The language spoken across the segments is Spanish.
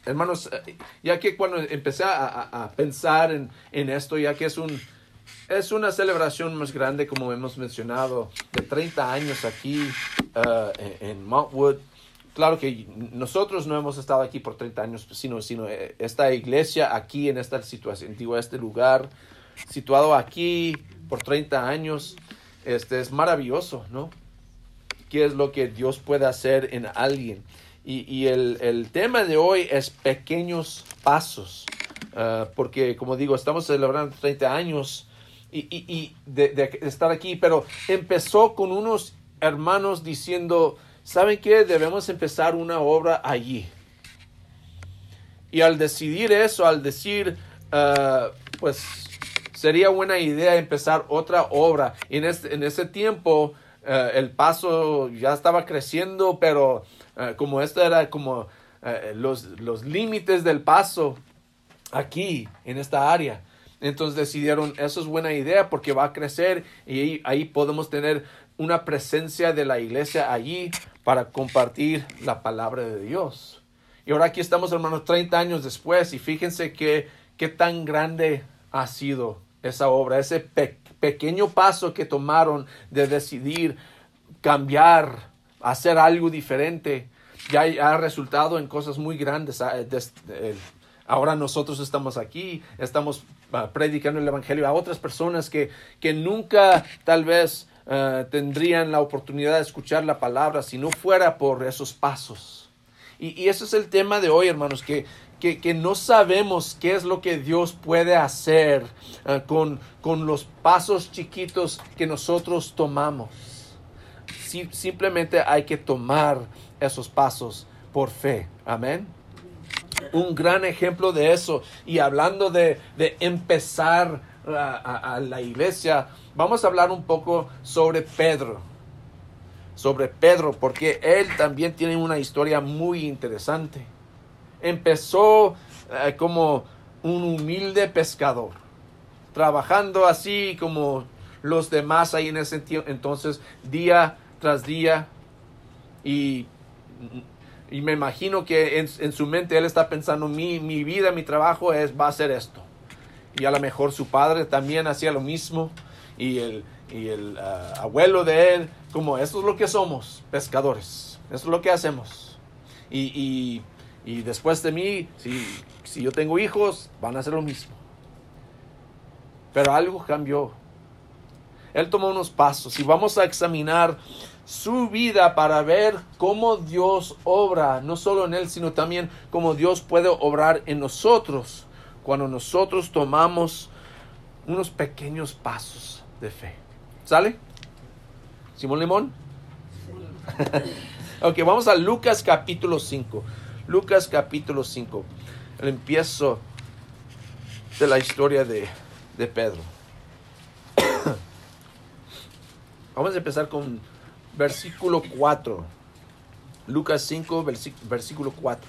hermanos, ya que cuando empecé a pensar en esto, ya que es una celebración más grande, como hemos mencionado, de 30 años aquí en Montwood. Claro que nosotros no hemos estado aquí por 30 años, sino esta iglesia aquí en esta situación, digo, este lugar situado aquí por 30 años, es maravilloso, ¿no? ¿Qué es lo que Dios puede hacer en alguien? Y el tema de hoy es pequeños pasos, porque como digo, estamos celebrando 30 años de estar aquí, pero empezó con unos hermanos diciendo, ¿saben qué? Debemos empezar una obra allí. Y al decidir eso, al decir, pues sería buena idea empezar otra obra. Y en ese tiempo, el paso ya estaba creciendo, pero como esto era como los límites del paso aquí, en esta área. Entonces decidieron, eso es buena idea porque va a crecer y ahí podemos tener una presencia de la iglesia allí para compartir la palabra de Dios. Y ahora aquí estamos, hermanos, 30 años después y fíjense qué tan grande ha sido esa obra, ese pequeño paso que tomaron de decidir cambiar, hacer algo diferente, ya ha resultado en cosas muy grandes. Ahora nosotros estamos aquí, estamos predicando el evangelio a otras personas que nunca tal vez tendrían la oportunidad de escuchar la palabra si no fuera por esos pasos. Y ese es el tema de hoy, hermanos, que no sabemos qué es lo que Dios puede hacer con los pasos chiquitos que nosotros tomamos. Simplemente hay que tomar esos pasos por fe. Amén. Un gran ejemplo de eso. Y hablando de empezar a la iglesia, vamos a hablar un poco sobre Pedro. Porque él también tiene una historia muy interesante. Empezó como un humilde pescador, trabajando así como los demás ahí en ese tiempo, entonces día tras día, y me imagino que en su mente él está pensando, mi vida, mi trabajo va a ser esto. Y a lo mejor su padre también hacía lo mismo, y el abuelo de él, como esto es lo que somos, pescadores, esto es lo que hacemos. Y después de mí, si yo tengo hijos, van a hacer lo mismo. Pero algo cambió. Él tomó unos pasos y vamos a examinar su vida para ver cómo Dios obra, no solo en él, sino también cómo Dios puede obrar en nosotros cuando nosotros tomamos unos pequeños pasos de fe. ¿Sale? ¿Simón Limón? Ok, vamos a Lucas capítulo 5. Lucas capítulo 5. El empiezo de la historia de Pedro. Vamos a empezar con versículo 4. Lucas 5, versículo 4.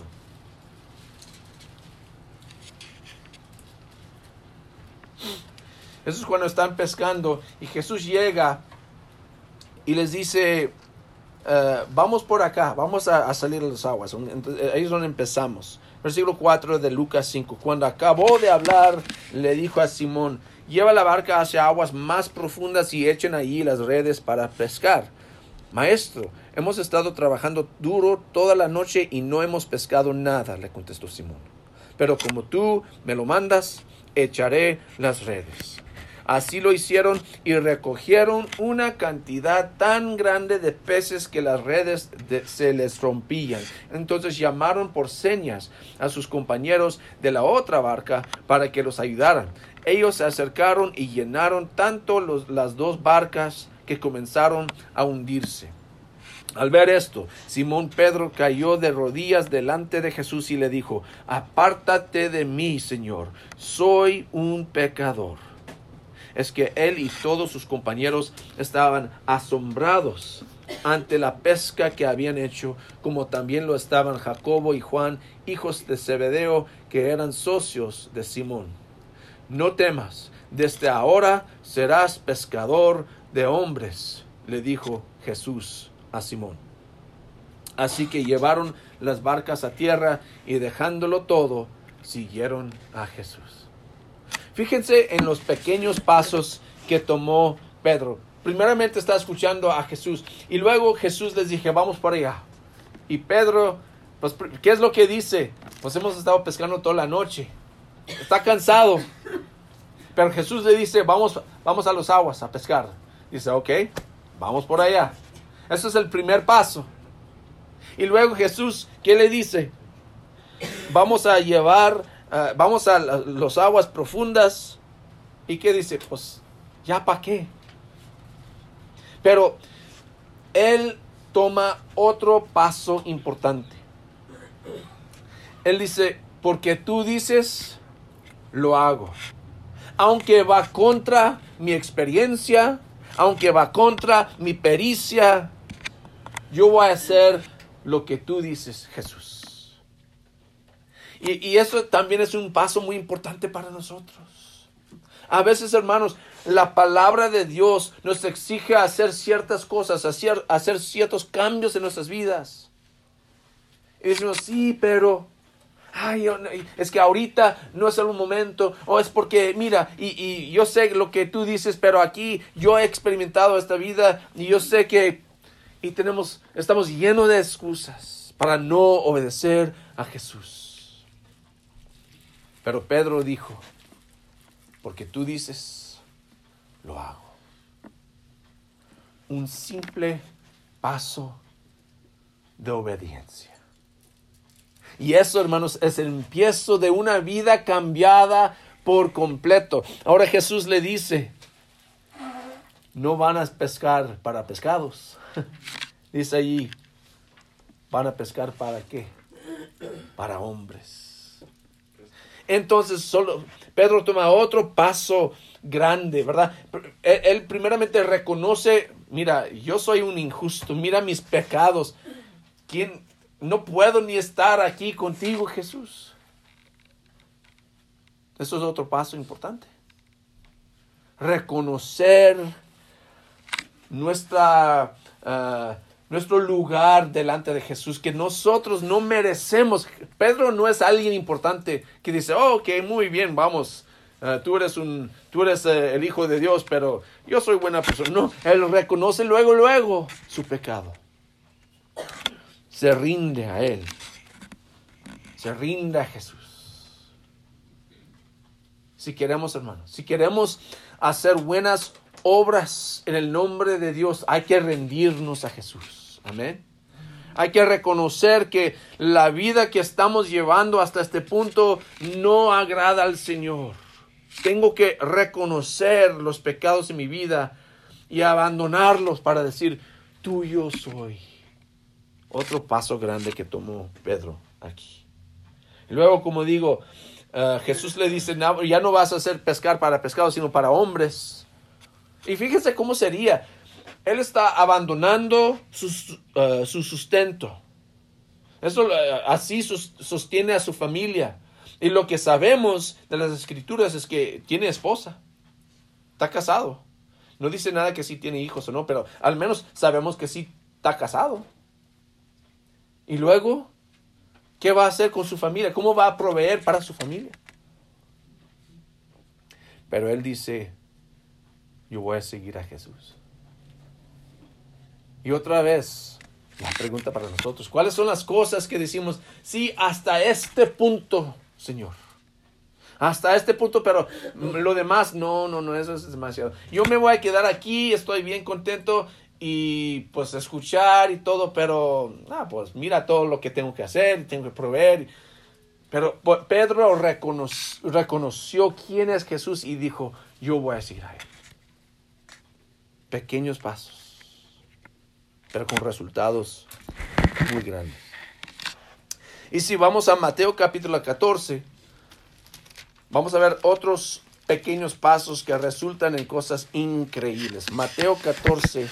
Eso es cuando están pescando y Jesús llega y les dice, vamos por acá, vamos a salir de las aguas. Entonces, ahí es donde empezamos. Versículo 4 de Lucas 5. Cuando acabó de hablar, le dijo a Simón, lleva la barca hacia aguas más profundas y echen allí las redes para pescar. Maestro, hemos estado trabajando duro toda la noche y no hemos pescado nada, le contestó Simón. Pero como tú me lo mandas, echaré las redes. Así lo hicieron y recogieron una cantidad tan grande de peces que las redes se les rompían. Entonces llamaron por señas a sus compañeros de la otra barca para que los ayudaran. Ellos se acercaron y llenaron tanto las dos barcas que comenzaron a hundirse. Al ver esto, Simón Pedro cayó de rodillas delante de Jesús y le dijo, apártate de mí, Señor, soy un pecador. Es que él y todos sus compañeros estaban asombrados ante la pesca que habían hecho, como también lo estaban Jacobo y Juan, hijos de Zebedeo, que eran socios de Simón. No temas, desde ahora serás pescador de hombres, le dijo Jesús a Simón. Así que llevaron las barcas a tierra y dejándolo todo, siguieron a Jesús. Fíjense en los pequeños pasos que tomó Pedro. Primeramente está escuchando a Jesús y luego Jesús les dije, vamos por allá. Y Pedro, pues, ¿qué es lo que dice? Pues hemos estado pescando toda la noche. Está cansado. Pero Jesús le dice, vamos a las aguas a pescar. Dice, ok, vamos por allá. Ese es el primer paso. Y luego Jesús, ¿qué le dice? Vamos a las aguas profundas. ¿Y qué dice? Pues, ¿ya para qué? Pero Él toma otro paso importante. Él dice, porque tú dices, lo hago. Aunque va contra mi experiencia, aunque va contra mi pericia, yo voy a hacer lo que tú dices, Jesús. Y eso también es un paso muy importante para nosotros. A veces, hermanos, la palabra de Dios nos exige hacer ciertas cosas, hacer ciertos cambios en nuestras vidas. Y decimos, sí, pero es que ahorita no es el momento, o es porque, mira, y yo sé lo que tú dices, pero aquí yo he experimentado esta vida, y yo sé que, estamos llenos de excusas para no obedecer a Jesús. Pero Pedro dijo, porque tú dices, lo hago. Un simple paso de obediencia. Y eso, hermanos, es el empiezo de una vida cambiada por completo. Ahora Jesús le dice, no van a pescar para pescados. Dice allí, van a pescar ¿para qué? Para hombres. Entonces Pedro toma otro paso grande, ¿verdad? Él primeramente reconoce, mira, yo soy un injusto, mira mis pecados. No puedo ni estar aquí contigo, Jesús. Eso es otro paso importante. Reconocer nuestro lugar delante de Jesús, que nosotros no merecemos. Pedro no es alguien importante que dice, ok, muy bien, vamos, tú eres el Hijo de Dios, pero yo soy buena persona. No, él reconoce luego su pecado. Se rinde a Él. Se rinde a Jesús. Si queremos, hermanos, si queremos hacer buenas obras en el nombre de Dios, hay que rendirnos a Jesús. Amén. Hay que reconocer que la vida que estamos llevando hasta este punto no agrada al Señor. Tengo que reconocer los pecados en mi vida y abandonarlos para decir, tuyo soy. Otro paso grande que tomó Pedro aquí. Y luego, como digo, Jesús le dice, no, ya no vas a hacer pescar para pescados, sino para hombres. Y fíjense cómo sería. Él está abandonando su sustento. Eso así sostiene a su familia. Y lo que sabemos de las Escrituras es que tiene esposa. Está casado. No dice nada que sí tiene hijos o no, pero al menos sabemos que sí está casado. Y luego, ¿qué va a hacer con su familia? ¿Cómo va a proveer para su familia? Pero él dice, yo voy a seguir a Jesús. Y otra vez, la pregunta para nosotros, ¿cuáles son las cosas que decimos, sí, hasta este punto, Señor? Hasta este punto, pero lo demás, no, eso es demasiado. Yo me voy a quedar aquí, estoy bien contento y pues escuchar y todo, pero pues mira todo lo que tengo que hacer, tengo que proveer. Pero Pedro reconoció quién es Jesús y dijo, yo voy a seguir a Él. Pequeños pasos, pero con resultados muy grandes. Y si vamos a Mateo capítulo 14, vamos a ver otros pequeños pasos que resultan en cosas increíbles. Mateo 14.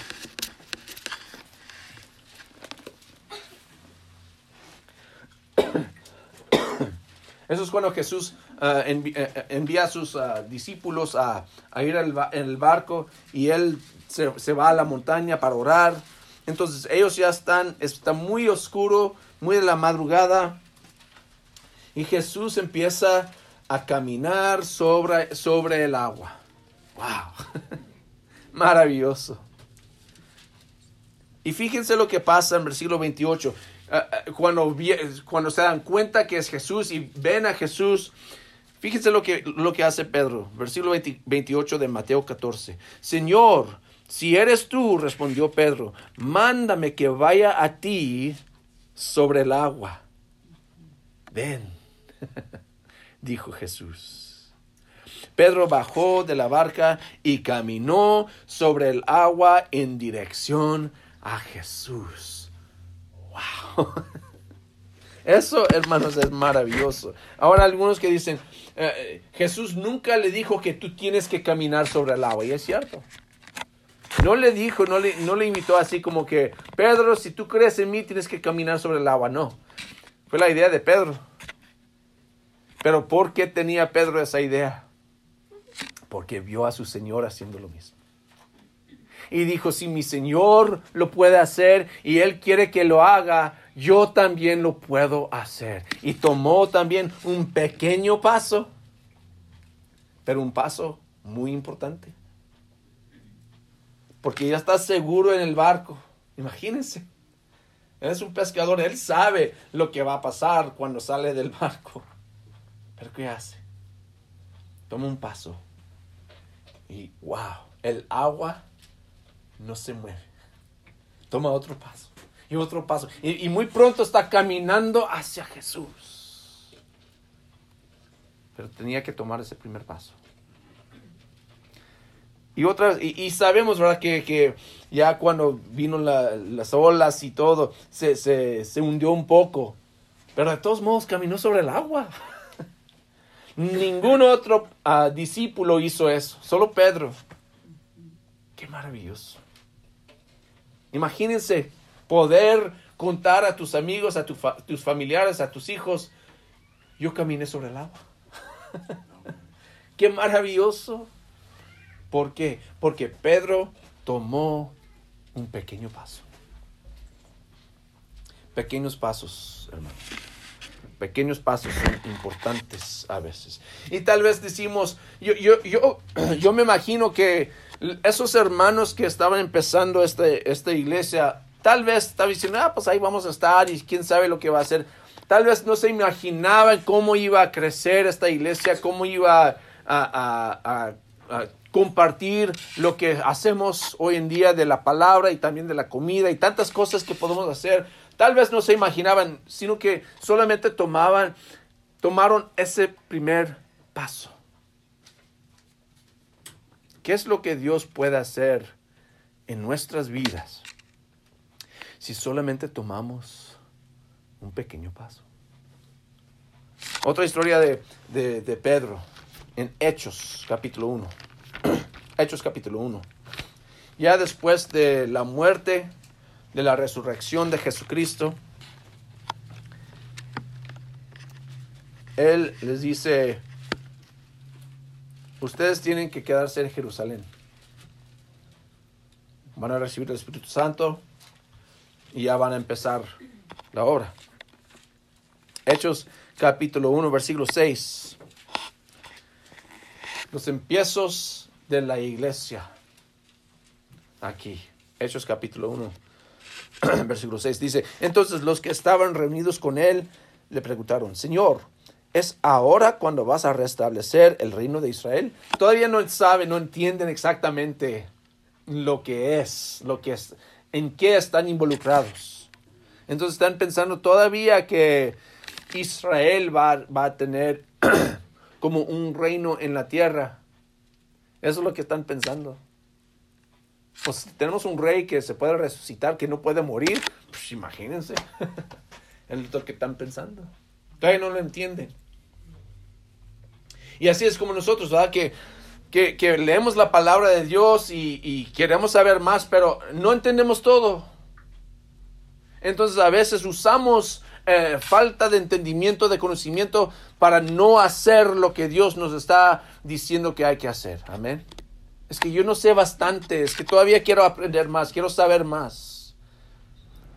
Eso es cuando Jesús envía a sus discípulos a ir en el barco y Él se va a la montaña para orar. Entonces ellos ya está muy oscuro, muy de la madrugada. Y Jesús empieza a caminar sobre el agua. ¡Wow! Maravilloso. Y fíjense lo que pasa en versículo 28. Cuando se dan cuenta que es Jesús y ven a Jesús, fíjense lo que hace Pedro. Versículo 28 de Mateo 14. Señor, si eres tú, respondió Pedro, mándame que vaya a ti sobre el agua. Ven, dijo Jesús. Pedro bajó de la barca y caminó sobre el agua en dirección a Jesús. ¡Wow! Eso, hermanos, es maravilloso. Ahora algunos que dicen, Jesús nunca le dijo que tú tienes que caminar sobre el agua. Y es cierto. No le dijo, no le invitó así como que, Pedro, si tú crees en mí, tienes que caminar sobre el agua. No. Fue la idea de Pedro. Pero ¿por qué tenía Pedro esa idea? Porque vio a su Señor haciendo lo mismo. Y dijo, si mi Señor lo puede hacer y Él quiere que lo haga, yo también lo puedo hacer. Y tomó también un pequeño paso, pero un paso muy importante. Porque ya está seguro en el barco. Imagínense. Él es un pescador, él sabe lo que va a pasar cuando sale del barco. Pero ¿qué hace? Toma un paso. Y wow, el agua no se mueve. Toma otro paso. Y otro paso. Y muy pronto está caminando hacia Jesús. Pero tenía que tomar ese primer paso. Y sabemos, ¿verdad? Que ya cuando vino las olas y todo, se hundió un poco. Pero de todos modos caminó sobre el agua. Ningún otro discípulo hizo eso. Solo Pedro. Qué maravilloso. Imagínense poder contar a tus amigos, a tus familiares, a tus hijos. Yo caminé sobre el agua. Qué maravilloso. ¿Por qué? Porque Pedro tomó un pequeño paso. Pequeños pasos, hermanos. Pequeños pasos son importantes a veces. Y tal vez decimos, yo me imagino que esos hermanos que estaban empezando esta iglesia, tal vez estaban diciendo, pues ahí vamos a estar y quién sabe lo que va a hacer. Tal vez no se imaginaban cómo iba a crecer esta iglesia, cómo iba a compartir lo que hacemos hoy en día de la palabra y también de la comida y tantas cosas que podemos hacer. Tal vez no se imaginaban, sino que solamente tomaron ese primer paso. ¿Qué es lo que Dios puede hacer en nuestras vidas si solamente tomamos un pequeño paso? Otra historia de Pedro en Hechos capítulo 1. Hechos capítulo 1. Ya después de la muerte, de la resurrección de Jesucristo, Él les dice, ustedes tienen que quedarse en Jerusalén. Van a recibir el Espíritu Santo y ya van a empezar la obra. Hechos capítulo 1, versículo 6. Los empiezos de la iglesia. Aquí, Hechos capítulo 1, versículo 6. Dice, entonces los que estaban reunidos con él le preguntaron, Señor, ¿es ahora cuando vas a restablecer el reino de Israel? Todavía no entienden exactamente lo que es, en qué están involucrados. Entonces están pensando todavía que Israel va a tener como un reino en la tierra. Eso es lo que están pensando. Pues tenemos un rey que se puede resucitar, que no puede morir. Pues imagínense. Es lo que están pensando. Todavía no lo entienden. Y así es como nosotros, ¿verdad? Que leemos la palabra de Dios y queremos saber más, pero no entendemos todo. Entonces a veces usamos falta de entendimiento, de conocimiento para no hacer lo que Dios nos está diciendo que hay que hacer. Amén. Es que yo no sé bastante, es que todavía quiero aprender más, quiero saber más.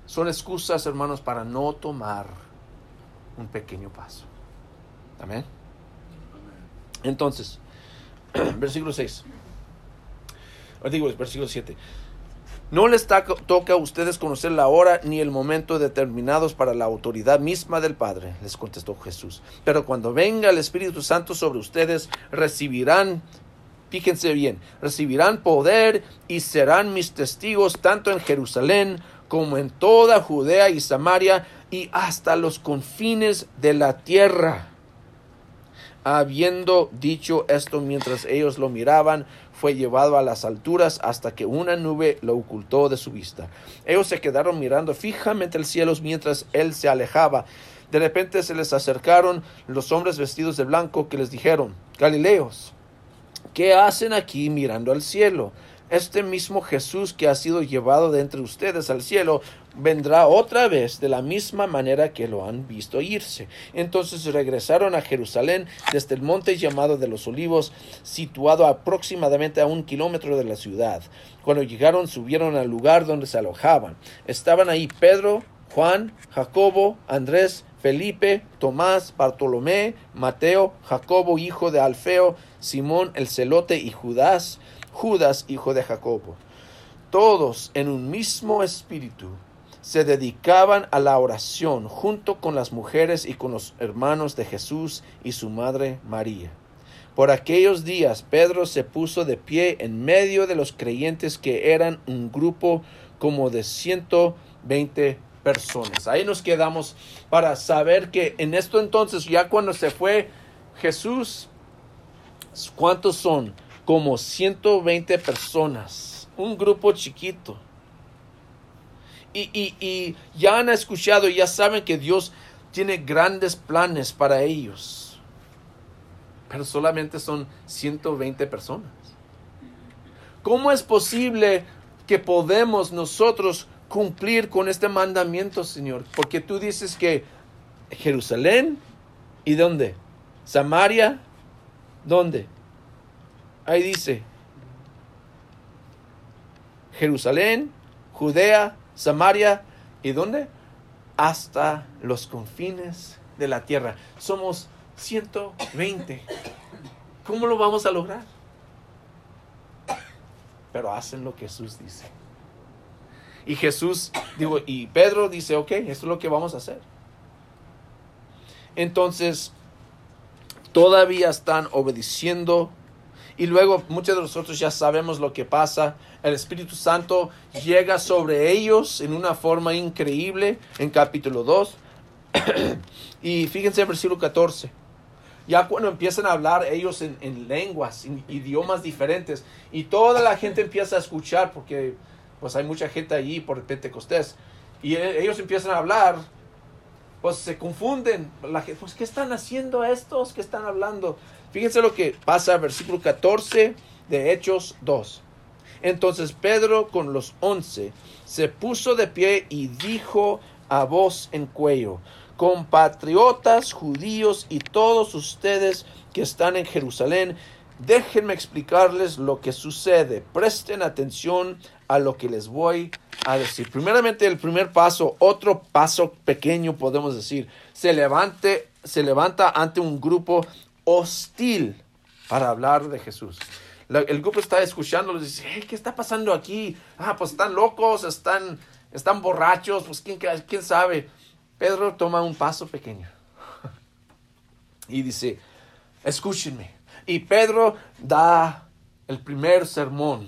son excusas, hermanos, para no tomar un pequeño paso. Amén. Entonces, versículo 6. Versículo 7. No les toca a ustedes conocer la hora ni el momento determinados para la autoridad misma del Padre, les contestó Jesús. Pero cuando venga el Espíritu Santo sobre ustedes, recibirán, fíjense bien, recibirán poder y serán mis testigos tanto en Jerusalén como en toda Judea y Samaria y hasta los confines de la tierra. Habiendo dicho esto mientras ellos lo miraban, fue llevado a las alturas hasta que una nube lo ocultó de su vista. Ellos se quedaron mirando fijamente al cielo mientras él se alejaba. De repente se les acercaron los hombres vestidos de blanco que les dijeron: Galileos, ¿qué hacen aquí mirando al cielo? Este mismo Jesús que ha sido llevado de entre ustedes al cielo vendrá otra vez de la misma manera que lo han visto irse. Entonces regresaron a Jerusalén desde el monte llamado de los Olivos, situado aproximadamente a 1 kilómetro de la ciudad. Cuando llegaron, subieron al lugar donde se alojaban. Estaban ahí Pedro, Juan, Jacobo, Andrés, Felipe, Tomás, Bartolomé, Mateo, Jacobo, hijo de Alfeo, Simón el celote y Judas, hijo de Jacobo. Todos en un mismo espíritu se dedicaban a la oración junto con las mujeres y con los hermanos de Jesús y su madre María. Por aquellos días Pedro se puso de pie en medio de los creyentes, que eran un grupo como de 120 personas. Ahí nos quedamos para saber que en esto entonces, ya cuando se fue Jesús, ¿cuántos son? Como 120 personas, un grupo chiquito. Y ya han escuchado y ya saben que Dios tiene grandes planes para ellos. Pero solamente son 120 personas. ¿Cómo es posible que podemos nosotros cumplir con este mandamiento, Señor? Porque tú dices que Jerusalén, ¿y dónde? Samaria, ¿dónde? Ahí dice Jerusalén, Judea, Samaria, ¿y dónde? Hasta los confines de la tierra. Somos 120. ¿Cómo lo vamos a lograr? Pero hacen lo que Jesús dice. Y y Pedro dice, ok, esto es lo que vamos a hacer. Entonces, todavía están obedeciendo. Y luego muchos de nosotros ya sabemos lo que pasa. El Espíritu Santo llega sobre ellos en una forma increíble en capítulo 2. Y fíjense en versículo 14. Ya cuando empiezan a hablar ellos en lenguas, en idiomas diferentes, y toda la gente empieza a escuchar, porque pues hay mucha gente allí por Pentecostés, y ellos empiezan a hablar, pues se confunden. La gente, pues, ¿qué están haciendo estos? ¿Qué están hablando? Fíjense lo que pasa, versículo 14 de Hechos 2. Entonces Pedro con los 11 se puso de pie y dijo a voz en cuello: compatriotas judíos y todos ustedes que están en Jerusalén, déjenme explicarles lo que sucede. Presten atención a lo que les voy a decir. Primeramente, el primer paso, otro paso pequeño podemos decir, se levanta ante un grupo hostil para hablar de Jesús. El grupo está escuchando, les dice, hey, ¿qué está pasando aquí? Pues están locos, están borrachos, pues quién sabe. Pedro toma un paso pequeño y dice, escúchenme. Y Pedro da el primer sermón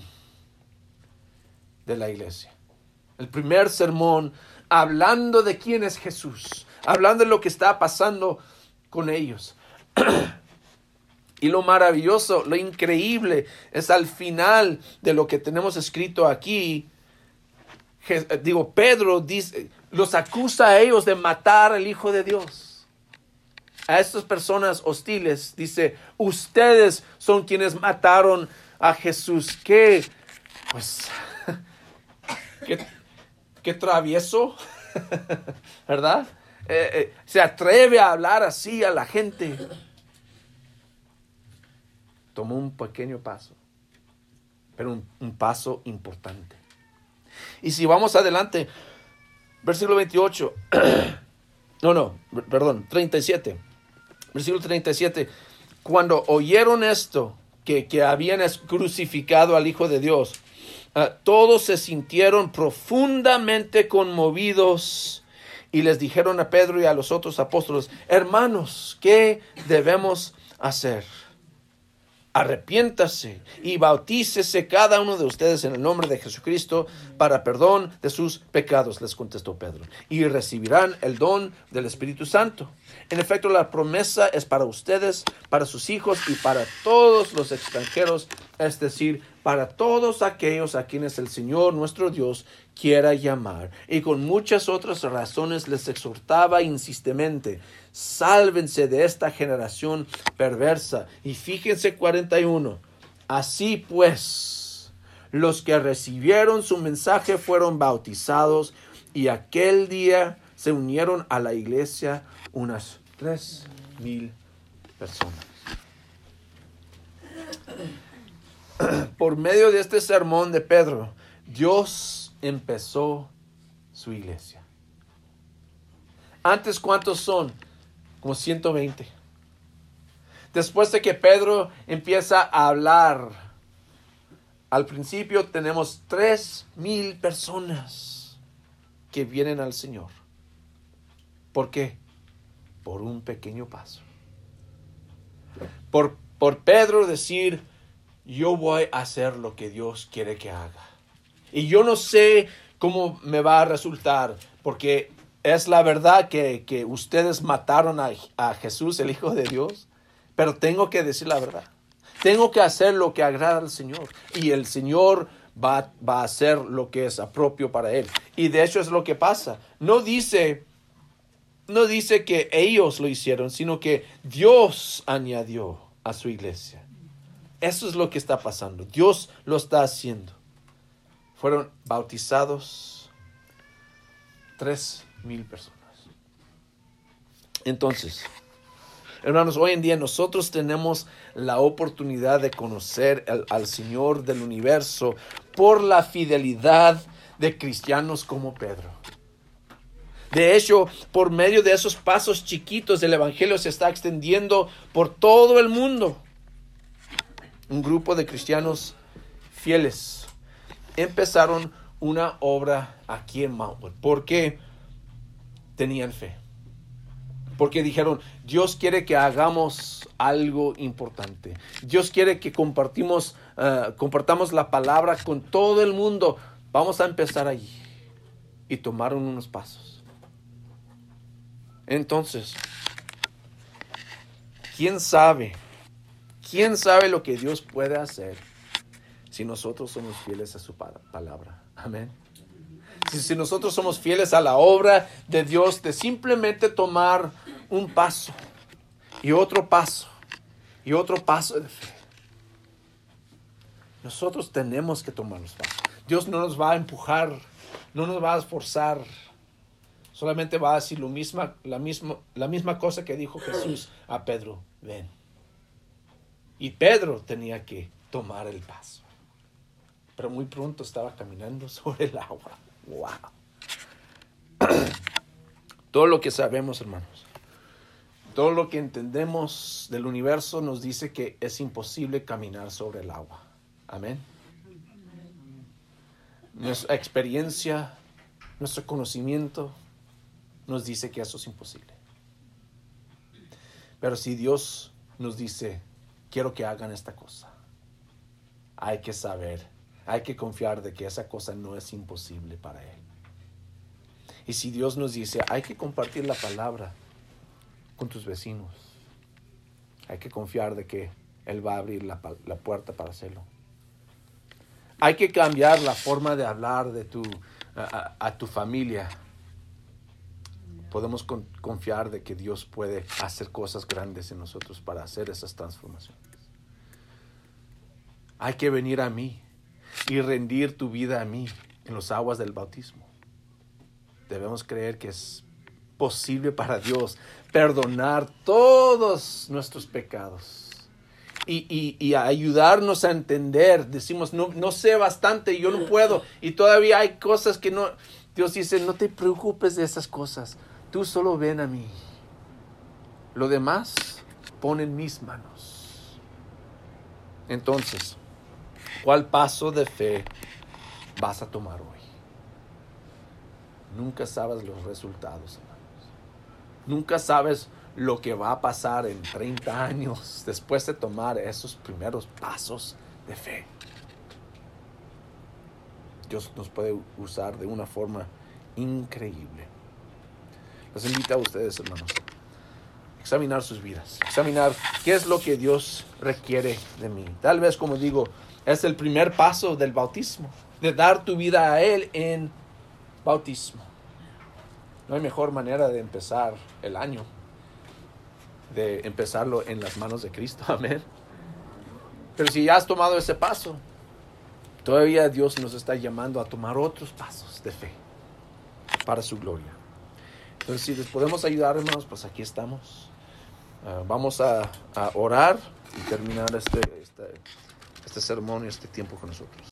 de la iglesia. El primer sermón hablando de quién es Jesús, hablando de lo que está pasando con ellos. Y lo maravilloso, lo increíble es al final de lo que tenemos escrito aquí. Pedro los acusa a ellos de matar al Hijo de Dios. A estas personas hostiles dice, ustedes son quienes mataron a Jesús. ¿Qué travieso? ¿Verdad? Se atreve a hablar así a la gente. Tomó un pequeño paso, pero un paso importante. Y si vamos adelante, Versículo 28. 37. Versículo 37. Cuando oyeron esto, que habían crucificado al Hijo de Dios, todos se sintieron profundamente conmovidos y les dijeron a Pedro y a los otros apóstoles: hermanos, ¿qué debemos hacer? Arrepiéntase y bautícese cada uno de ustedes en el nombre de Jesucristo para perdón de sus pecados, les contestó Pedro, y recibirán el don del Espíritu Santo. En efecto, la promesa es para ustedes, para sus hijos y para todos los extranjeros, es decir, para todos aquellos a quienes el Señor nuestro Dios quiera llamar. Y con muchas otras razones les exhortaba insistentemente: sálvense de esta generación perversa. Y fíjense 41. Así pues, los que recibieron su mensaje fueron bautizados, y aquel día se unieron a la iglesia unas 3,000 personas. Por medio de este sermón de Pedro, Dios empezó su iglesia. Antes, ¿cuántos son? Como 120. Después de que Pedro empieza a hablar, al principio tenemos 3,000 personas que vienen al Señor. ¿Por qué? Por un pequeño paso. Por Pedro decir: yo voy a hacer lo que Dios quiere que haga. Y yo no sé cómo me va a resultar, porque es la verdad que ustedes mataron a Jesús, el Hijo de Dios. Pero tengo que decir la verdad. Tengo que hacer lo que agrada al Señor. Y el Señor va a hacer lo que es propio para Él. Y de hecho es lo que pasa. No dice que ellos lo hicieron, sino que Dios añadió a su iglesia. Eso es lo que está pasando. Dios lo está haciendo. Fueron bautizados 3,000 personas. Entonces, hermanos, hoy en día nosotros tenemos la oportunidad de conocer al Señor del universo por la fidelidad de cristianos como Pedro. De hecho, por medio de esos pasos chiquitos, el evangelio se está extendiendo por todo el mundo. Un grupo de cristianos fieles empezaron una obra aquí en Mountwood porque tenían fe. Porque dijeron: Dios quiere que hagamos algo importante. Dios quiere que compartamos la palabra con todo el mundo. Vamos a empezar allí. Y tomaron unos pasos. Entonces, ¿quién sabe? ¿Quién sabe lo que Dios puede hacer si nosotros somos fieles a su palabra? Amén. Si nosotros somos fieles a la obra de Dios, de simplemente tomar un paso y otro paso y otro paso de fe. Nosotros tenemos que tomar los pasos. Dios no nos va a empujar, no nos va a esforzar. Solamente va a decir la misma cosa que dijo Jesús a Pedro: ven. Y Pedro tenía que tomar el paso. Pero muy pronto estaba caminando sobre el agua. ¡Wow! Todo lo que sabemos, hermanos, todo lo que entendemos del universo nos dice que es imposible caminar sobre el agua. Amén. Nuestra experiencia, nuestro conocimiento nos dice que eso es imposible. Pero si Dios nos dice: quiero que hagan esta cosa, hay que saber, hay que confiar de que esa cosa no es imposible para Él. Y si Dios nos dice: hay que compartir la palabra con tus vecinos, hay que confiar de que Él va a abrir la puerta para hacerlo. Hay que cambiar la forma de hablar de a tu familia. Podemos confiar de que Dios puede hacer cosas grandes en nosotros para hacer esas transformaciones. Hay que venir a mí y rendir tu vida a mí en las aguas del bautismo. Debemos creer que es posible para Dios perdonar todos nuestros pecados y ayudarnos a entender. Decimos: no sé bastante, yo no puedo, y todavía hay cosas que Dios dice, no te preocupes de esas cosas. Tú solo ven a mí. Lo demás, pon en mis manos. Entonces, ¿cuál paso de fe vas a tomar hoy? Nunca sabes los resultados, hermanos. Nunca sabes lo que va a pasar en 30 años después de tomar esos primeros pasos de fe. Dios nos puede usar de una forma increíble. Los invito a ustedes, hermanos, a examinar sus vidas, examinar qué es lo que Dios requiere de mí. Tal vez, como digo, es el primer paso del bautismo, de dar tu vida a Él en bautismo. No hay mejor manera de empezar el año, de empezarlo en las manos de Cristo. Amén. Pero si ya has tomado ese paso, todavía Dios nos está llamando a tomar otros pasos de fe para su gloria. Entonces, si les podemos ayudar, hermanos, pues aquí estamos. Vamos a orar y terminar este sermón y este tiempo con nosotros.